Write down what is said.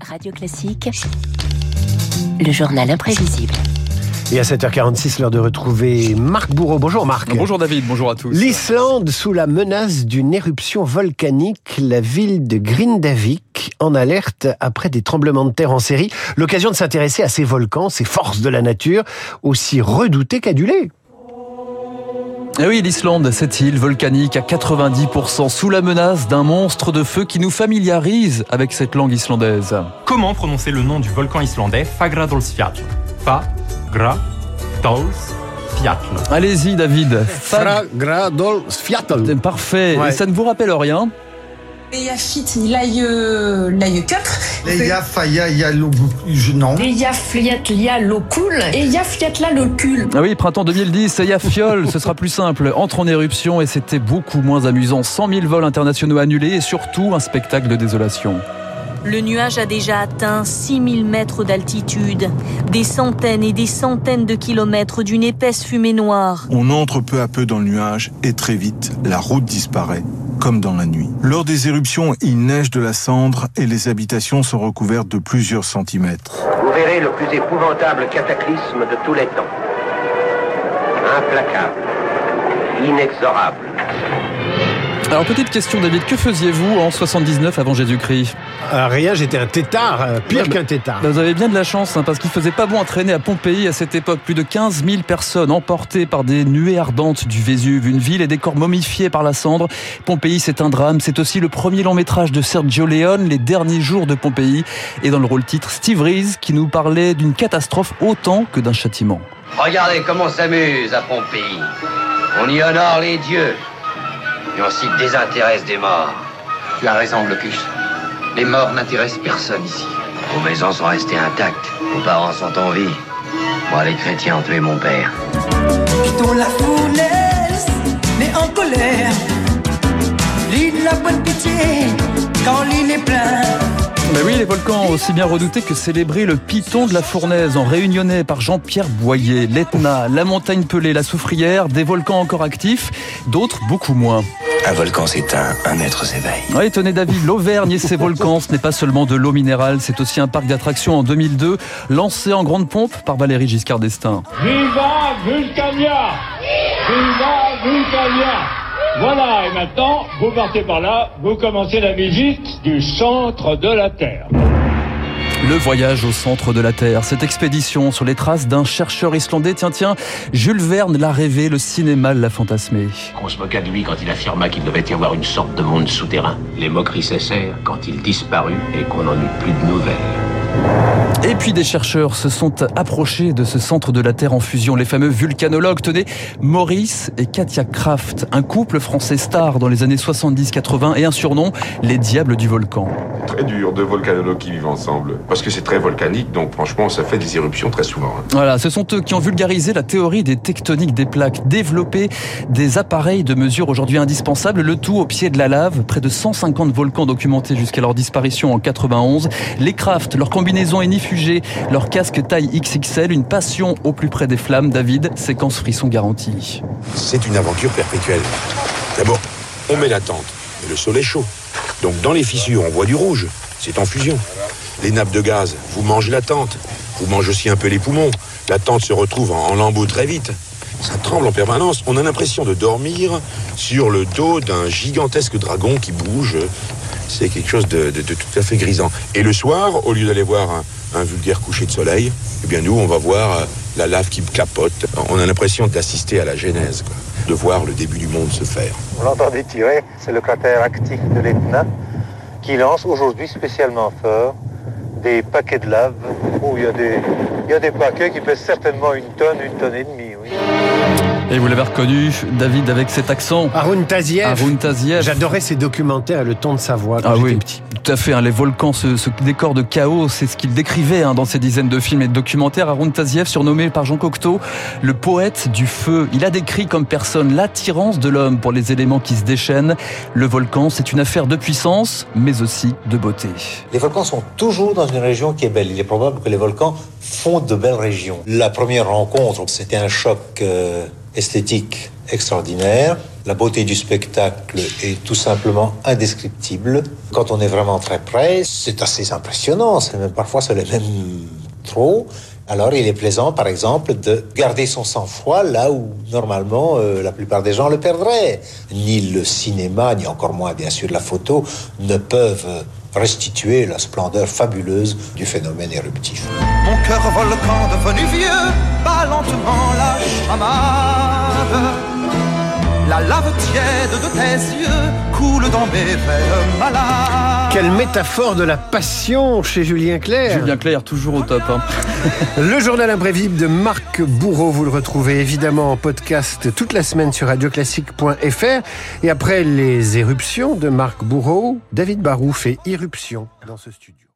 Radio Classique, le journal imprévisible. Et à 7h46, l'heure de retrouver Marc Bourreau. Bonjour Marc. Bonjour David, bonjour à tous. L'Islande sous la menace d'une éruption volcanique, la ville de Grindavik en alerte après des tremblements de terre en série. L'occasion de s'intéresser à ces volcans, ces forces de la nature, aussi redoutées qu'adulées. Et oui, l'Islande, cette île volcanique à 90% sous la menace d'un monstre de feu qui nous familiarise avec cette langue islandaise. Comment prononcer le nom du volcan islandais Fagradalsfjall? Fagradalsfjall. Allez-y David. Fagradalsfjall. Parfait. Ouais. Et ça ne vous rappelle rien? Ah oui, printemps 2010, Eyjafjall, ce sera plus simple. Entre en éruption et c'était beaucoup moins amusant. 100 000 vols internationaux annulés et surtout un spectacle de désolation. Le nuage a déjà atteint 6000 mètres d'altitude. Des centaines et des centaines de kilomètres d'une épaisse fumée noire. On entre peu à peu dans le nuage et très vite, la route disparaît, comme dans la nuit. Lors des éruptions, il neige de la cendre et les habitations sont recouvertes de plusieurs centimètres. Vous verrez le plus épouvantable cataclysme de tous les temps. Implacable, inexorable. Alors petite question David, que faisiez-vous en 79 avant Jésus-Christ? Rien, j'étais un tétard, pire qu'un tétard. Vous avez bien de la chance, parce qu'il faisait pas bon à traîner à Pompéi à cette époque. Plus de 15 000 personnes emportées par des nuées ardentes du Vésuve, une ville et des corps momifiés par la cendre. Pompéi, c'est un drame, c'est aussi le premier long métrage de Sergio Leone, Les derniers jours de Pompéi. Et dans le rôle titre, Steve Reeves, qui nous parlait d'une catastrophe autant que d'un châtiment. Regardez comment on s'amuse à Pompéi. On y honore les dieux. Et on s'y désintéresse des morts. Tu as raison, Blocus. Les morts n'intéressent personne ici. Vos maisons sont restées intactes. Vos parents sont en vie. Moi, les chrétiens ont tué mon père. Dont la fournaise met en colère. L'île la bonne pitié quand l'île est pleine. Ben oui, les volcans aussi bien redoutés que célébrés, le Piton de la Fournaise en réunionnais par Jean-Pierre Boyer, l'Etna, la Montagne Pelée, la Soufrière, des volcans encore actifs, d'autres beaucoup moins. Un volcan s'éteint, un être s'éveille. Oui, tenez David, l'Auvergne et ses volcans, ce n'est pas seulement de l'eau minérale, c'est aussi un parc d'attractions en 2002, lancé en grande pompe par Valéry Giscard d'Estaing. Viva Vulcania! Viva Vulcania! Voilà, et maintenant, vous partez par là, vous commencez la visite du centre de la Terre. Le voyage au centre de la Terre, cette expédition sur les traces d'un chercheur islandais, tiens, Jules Verne l'a rêvé, le cinéma l'a fantasmé. On se moqua de lui quand il affirma qu'il devait y avoir une sorte de monde souterrain. Les moqueries cessèrent quand il disparut et qu'on n'en eut plus de nouvelles. Et puis des chercheurs se sont approchés de ce centre de la Terre en fusion, les fameux vulcanologues. Tenez, Maurice et Katia Kraft, un couple français star dans les années 70-80 et un surnom, les Diables du Volcan. Très dur, deux volcanologues qui vivent ensemble, parce que c'est très volcanique, donc franchement ça fait des éruptions très souvent. Voilà, ce sont eux qui ont vulgarisé la théorie des tectoniques des plaques, développé des appareils de mesure aujourd'hui indispensables, le tout au pied de la lave, près de 150 volcans documentés jusqu'à leur disparition en 91. Les Kraft, leur combinaison ignifugée, leur casque taille XXL, une passion au plus près des flammes. David, séquence frisson garantie. C'est une aventure perpétuelle. D'abord, on met la tente, et le sol est chaud. Donc dans les fissures, on voit du rouge. C'est en fusion. Les nappes de gaz, vous mangez la tente. Vous mangez aussi un peu les poumons. La tente se retrouve en lambeaux très vite. Ça tremble en permanence. On a l'impression de dormir sur le dos d'un gigantesque dragon qui bouge. C'est quelque chose de tout à fait grisant. Et le soir, au lieu d'aller voir un vulgaire coucher de soleil, eh bien nous, on va voir la lave qui clapote. On a l'impression d'assister à la genèse, quoi. De voir le début du monde se faire. On l'entendait tirer, c'est le cratère actif de l'Etna qui lance aujourd'hui spécialement fort des paquets de lave où il y a des paquets qui pèsent certainement une tonne et demie, oui. Et vous l'avez reconnu, David, avec cet accent. Haroun Tazieff. J'adorais ses documentaires et le ton de sa voix quand j'étais petit. Tout à fait, les volcans, ce décor de chaos, c'est ce qu'il décrivait dans ses dizaines de films et de documentaires. Haroun Tazieff, surnommé par Jean Cocteau le poète du feu. Il a décrit comme personne l'attirance de l'homme pour les éléments qui se déchaînent. Le volcan, c'est une affaire de puissance, mais aussi de beauté. Les volcans sont toujours dans une région qui est belle. Il est probable que les volcans font de belles régions. La première rencontre, c'était un choc esthétique extraordinaire. La beauté du spectacle est tout simplement indescriptible. Quand on est vraiment très près, c'est assez impressionnant. Parfois, c'est même trop. Alors, il est plaisant, par exemple, de garder son sang-froid là où, normalement, la plupart des gens le perdraient. Ni le cinéma, ni encore moins, bien sûr, la photo, ne peuvent restituer la splendeur fabuleuse du phénomène éruptif. Mon cœur volcan devenu vieux bat lentement la chamade. La lave tiède de tes yeux coule dans mes veines malades. Quelle métaphore de la passion chez Julien Clerc. Julien Clerc, toujours au top. Le journal imprévisible de Marc Bourreau, vous le retrouvez évidemment en podcast toute la semaine sur radioclassique.fr. Et après les éruptions de Marc Bourreau, David Barrou fait irruption dans ce studio.